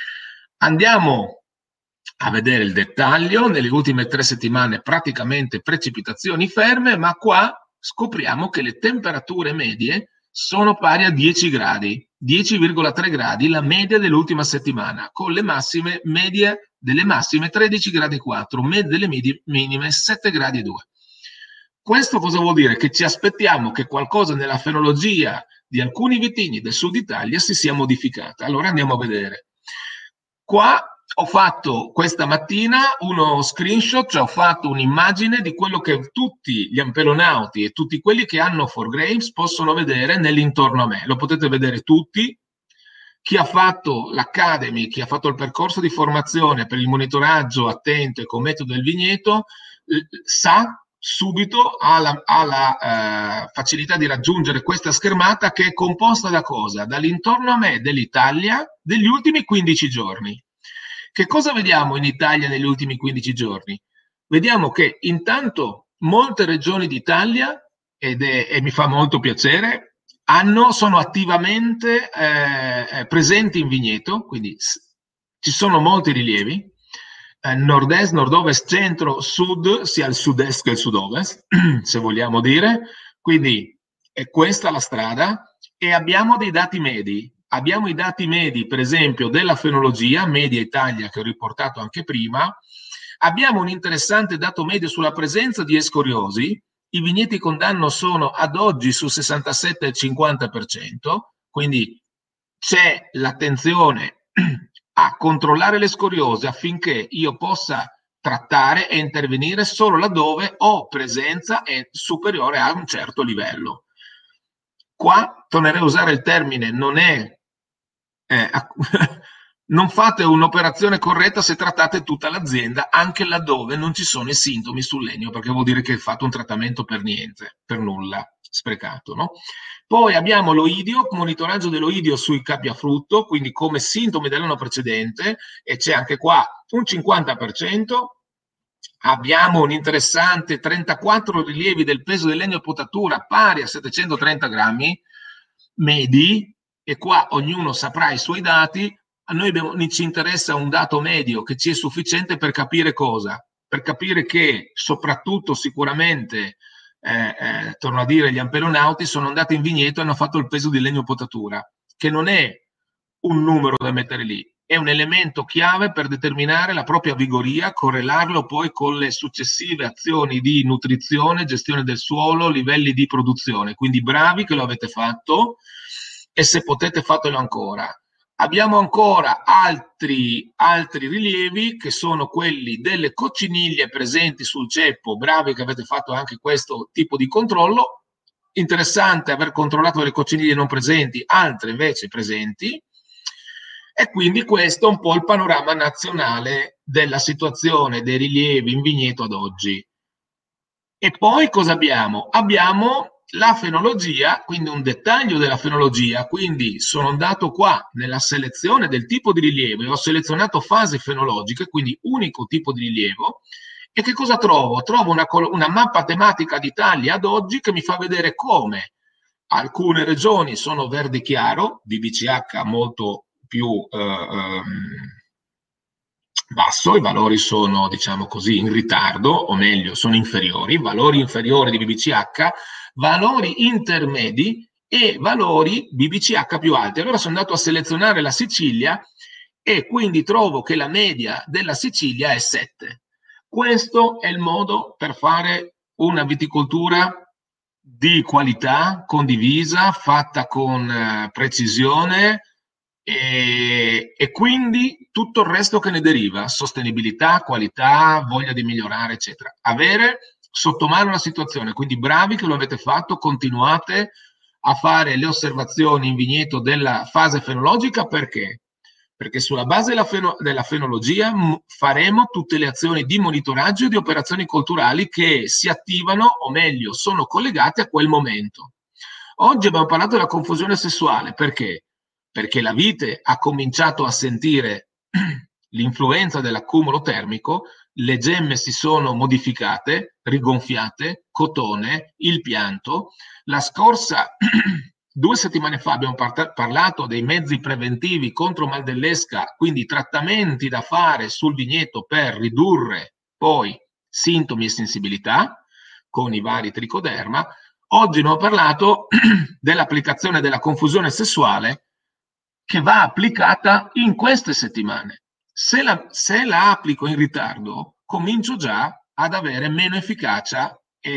Andiamo a vedere il dettaglio. Nelle ultime 3 settimane praticamente precipitazioni ferme, ma qua scopriamo che le temperature medie sono pari a 10 gradi, 10,3 gradi la media dell'ultima settimana, con le massime medie delle massime 13 gradi 4, delle minime 7 gradi 2. Questo cosa vuol dire? Che ci aspettiamo che qualcosa nella fenologia di alcuni vitigni del sud Italia si sia modificata. Allora andiamo a vedere. Qua ho fatto questa mattina uno screenshot, cioè ho fatto un'immagine di quello che tutti gli ampelonauti e tutti quelli che hanno 4Graves possono vedere nell'intorno a me. Lo potete vedere tutti. Chi ha fatto l'Academy, chi ha fatto il percorso di formazione per il monitoraggio attento e con metodo del vigneto, sa subito, ha la facilità di raggiungere questa schermata, che è composta da cosa? Dall'intorno a me dell'Italia degli ultimi 15 giorni. Che cosa vediamo in Italia negli ultimi 15 giorni? Vediamo che intanto molte regioni d'Italia, e mi fa molto piacere, sono attivamente presenti in vigneto, quindi ci sono molti rilievi, nord-est, nord-ovest, centro, sud, sia il sud-est che il sud-ovest, se vogliamo dire. Quindi è questa la strada, e abbiamo dei dati medi. Abbiamo i dati medi, per esempio, della fenologia, Media Italia, che ho riportato anche prima. Abbiamo un interessante dato medio sulla presenza di escoriosi. I vigneti con danno sono ad oggi su 67,50%, quindi c'è l'attenzione a controllare l'escoriose affinché io possa trattare e intervenire solo laddove ho presenza superiore a un certo livello. Qua tornerei a usare il termine, non fate un'operazione corretta se trattate tutta l'azienda, anche laddove non ci sono i sintomi sul legno, perché vuol dire che fate un trattamento per niente, per nulla, sprecato, no? Poi abbiamo l'oidio, monitoraggio dell'oidio sui capi a frutto, quindi come sintomi dell'anno precedente, e c'è anche qua un 50%. Abbiamo un interessante 34 rilievi del peso del legno a potatura pari a 730 grammi medi, e qua ognuno saprà i suoi dati. A noi ci interessa un dato medio che ci è sufficiente per capire cosa? Per capire che soprattutto sicuramente, torno a dire, gli ampelonauti sono andati in vigneto e hanno fatto il peso di legno potatura, che non è un numero da mettere lì, è un elemento chiave per determinare la propria vigoria, correlarlo poi con le successive azioni di nutrizione, gestione del suolo, livelli di produzione. Quindi bravi che lo avete fatto, e se potete fatelo ancora. Abbiamo ancora altri rilievi, che sono quelli delle cocciniglie presenti sul ceppo. Bravi che avete fatto anche questo tipo di controllo. Interessante aver controllato le cocciniglie non presenti, altre invece presenti. E quindi questo è un po' il panorama nazionale della situazione dei rilievi in vigneto ad oggi. E poi cosa abbiamo? Abbiamo la fenologia, quindi un dettaglio della fenologia, quindi sono andato qua nella selezione del tipo di rilievo e ho selezionato fasi fenologiche, quindi unico tipo di rilievo, e che cosa trovo? Trovo una mappa tematica d'Italia ad oggi che mi fa vedere come alcune regioni sono verde chiaro, BBCH molto più basso, i valori sono, diciamo così, in ritardo, o meglio, sono inferiori, valori inferiori di BBCH, valori intermedi e valori BBCH più alti. Allora sono andato a selezionare la Sicilia e quindi trovo che la media della Sicilia è 7. Questo è il modo per fare una viticoltura di qualità, condivisa, fatta con precisione, e quindi tutto il resto che ne deriva, sostenibilità, qualità, voglia di migliorare, eccetera. Avere sotto mano la situazione, quindi bravi che lo avete fatto, continuate a fare le osservazioni in vigneto della fase fenologica, perché? Perché sulla base della fenologia faremo tutte le azioni di monitoraggio e di operazioni colturali che si attivano, o meglio, sono collegate a quel momento. Oggi abbiamo parlato della confusione sessuale, perché? Perché la vite ha cominciato a sentire l'influenza dell'accumulo termico, le gemme si sono modificate, rigonfiate, cotone, il pianto. La scorsa 2 settimane fa abbiamo parlato dei mezzi preventivi contro mal dell'esca, quindi trattamenti da fare sul vigneto per ridurre poi sintomi e sensibilità con i vari tricoderma. Oggi abbiamo parlato dell'applicazione della confusione sessuale, che va applicata in queste settimane. Se la applico in ritardo, comincio già ad avere meno efficacia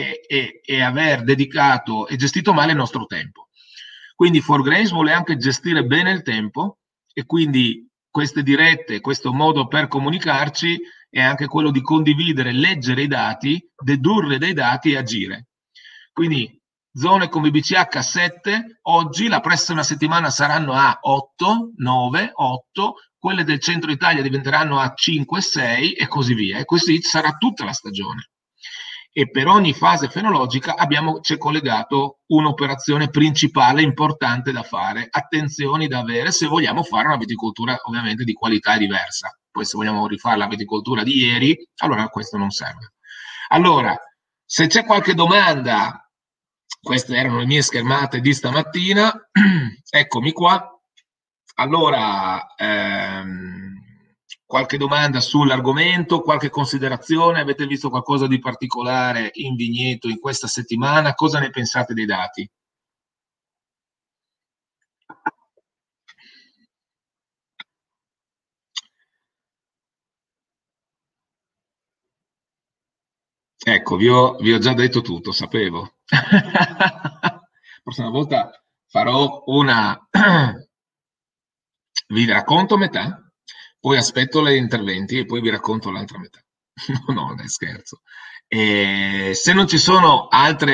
e aver dedicato e gestito male il nostro tempo. Quindi 4Grains vuole anche gestire bene il tempo, e quindi queste dirette, questo modo per comunicarci è anche quello di condividere, leggere i dati, dedurre dei dati e agire. Quindi zone con BBCH 7, oggi la prossima settimana saranno a 8, 9, 8, quelle del centro Italia diventeranno a 5, 6 e così via. E così sarà tutta la stagione. E per ogni fase fenologica c'è collegato un'operazione principale importante da fare, attenzioni da avere se vogliamo fare una viticoltura ovviamente di qualità diversa. Poi se vogliamo rifare la viticoltura di ieri, allora questo non serve. Allora, se c'è qualche domanda, queste erano le mie schermate di stamattina, eccomi qua. Allora, qualche domanda sull'argomento, qualche considerazione? Avete visto qualcosa di particolare in vigneto in questa settimana? Cosa ne pensate dei dati? Ecco, vi ho già detto tutto, sapevo. La prossima volta farò una... Vi racconto metà, poi aspetto gli interventi e poi vi racconto l'altra metà. No, non è scherzo. Se non ci sono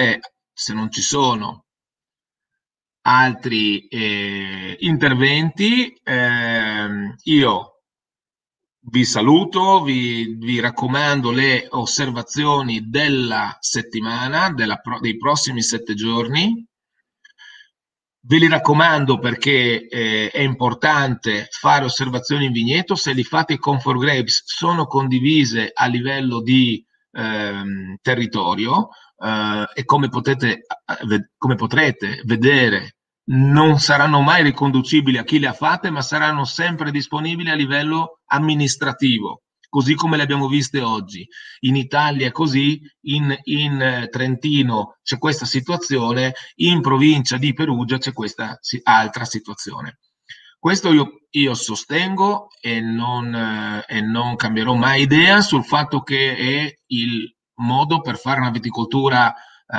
altri interventi, io vi saluto, vi raccomando le osservazioni della settimana, dei prossimi 7 giorni. Ve li raccomando perché è importante fare osservazioni in vigneto. Se li fate con 4Grapes sono condivise a livello di territorio, e come potrete vedere non saranno mai riconducibili a chi le ha fatte, ma saranno sempre disponibili a livello amministrativo, così come le abbiamo viste oggi. In Italia è così, in Trentino c'è questa situazione, in provincia di Perugia c'è questa altra situazione. Questo io sostengo e non cambierò mai idea sul fatto che è il modo per fare una viticoltura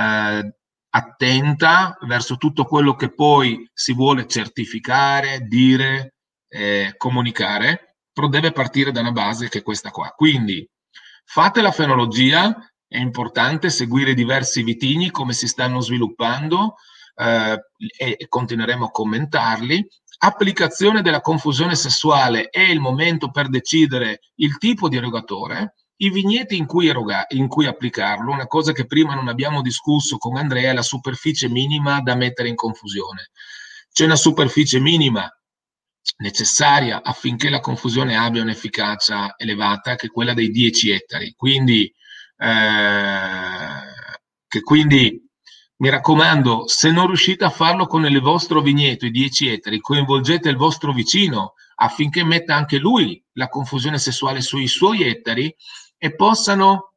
attenta verso tutto quello che poi si vuole certificare, dire, comunicare, però deve partire da una base che è questa qua. Quindi fate la fenologia, è importante seguire i diversi vitigni, come si stanno sviluppando, e continueremo a commentarli. Applicazione della confusione sessuale è il momento per decidere il tipo di erogatore. I vigneti in cui applicarlo, una cosa che prima non abbiamo discusso con Andrea, è la superficie minima da mettere in confusione. C'è una superficie minima necessaria affinché la confusione abbia un'efficacia elevata, che è quella dei 10 ettari. Quindi mi raccomando, se non riuscite a farlo con il vostro vigneto, i 10 ettari, coinvolgete il vostro vicino affinché metta anche lui la confusione sessuale sui suoi ettari e possano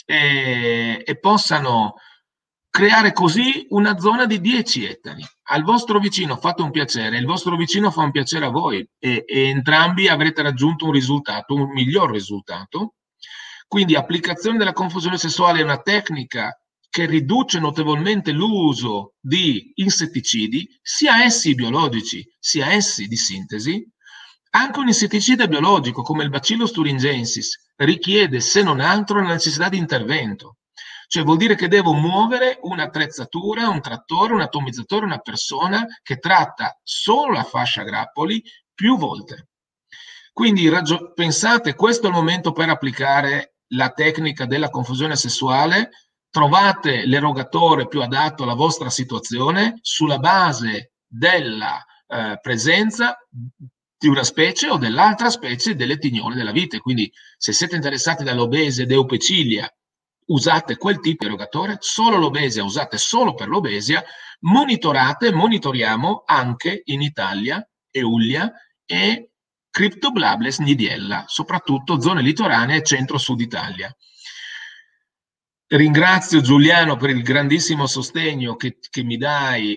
creare così una zona di 10 ettari. Al vostro vicino fate un piacere, il vostro vicino fa un piacere a voi e entrambi avrete raggiunto un risultato, un miglior risultato. Quindi applicazione della confusione sessuale è una tecnica che riduce notevolmente l'uso di insetticidi, sia essi biologici, sia essi di sintesi. Anche un insetticida biologico come il Bacillus thuringiensis richiede, se non altro, la necessità di intervento. Cioè vuol dire che devo muovere un'attrezzatura, un trattore, un atomizzatore, una persona che tratta solo la fascia grappoli più volte. Quindi pensate, questo è il momento per applicare la tecnica della confusione sessuale. Trovate l'erogatore più adatto alla vostra situazione sulla base della presenza di una specie o dell'altra specie delle tignole della vite. Quindi se siete interessati dall'obese ed eupecilia, usate quel tipo di erogatore, solo l'obesia usate solo per l'obesia, monitoriamo anche in Italia Eulia e Cryptoblables nidiella, soprattutto zone litoranee e centro-sud Italia. Ringrazio Giuliano per il grandissimo sostegno che mi dai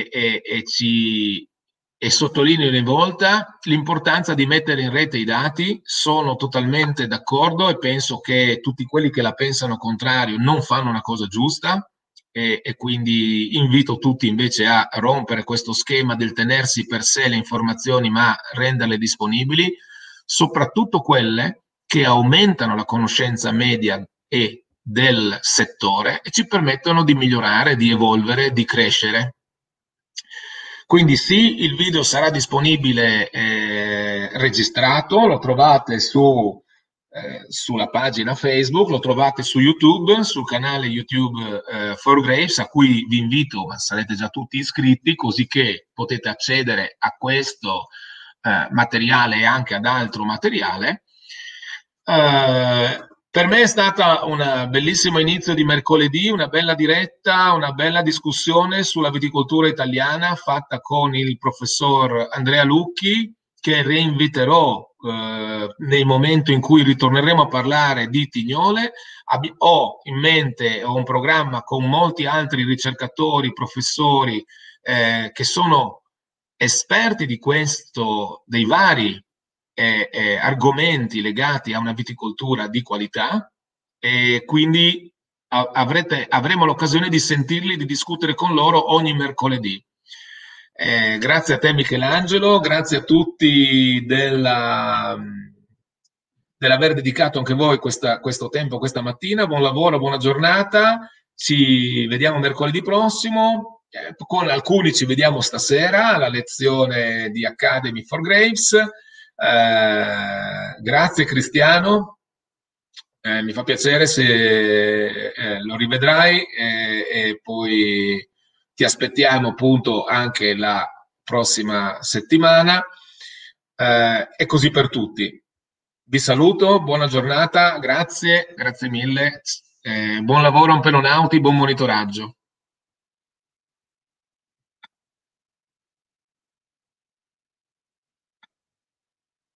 e sottolineo ogni volta l'importanza di mettere in rete i dati. Sono totalmente d'accordo e penso che tutti quelli che la pensano contrario non fanno una cosa giusta e quindi invito tutti invece a rompere questo schema del tenersi per sé le informazioni ma renderle disponibili, soprattutto quelle che aumentano la conoscenza media e del settore e ci permettono di migliorare, di evolvere, di crescere. Quindi sì, il video sarà disponibile registrato, lo trovate sulla pagina Facebook, lo trovate su YouTube, sul canale YouTube 4Graves, a cui vi invito, ma sarete già tutti iscritti, così che potete accedere a questo materiale e anche ad altro materiale. Per me è stata un bellissimo inizio di mercoledì, una bella diretta, una bella discussione sulla viticoltura italiana fatta con il professor Andrea Lucchi, che reinviterò nel momento in cui ritorneremo a parlare di tignole. Ho in mente un programma con molti altri ricercatori, professori che sono esperti di questo, dei vari argomenti legati a una viticoltura di qualità e quindi avremo l'occasione di sentirli, di discutere con loro ogni mercoledì. Grazie a te Michelangelo, grazie a tutti dell'aver dedicato anche voi questo tempo questa mattina. Buon lavoro, buona giornata, ci vediamo mercoledì prossimo. Con alcuni ci vediamo stasera alla lezione di Academy for Graves. Grazie Cristiano, mi fa piacere se lo rivedrai e poi ti aspettiamo appunto anche la prossima settimana e così per tutti. Vi saluto, buona giornata, grazie mille, buon lavoro a Ampelonauti, buon monitoraggio.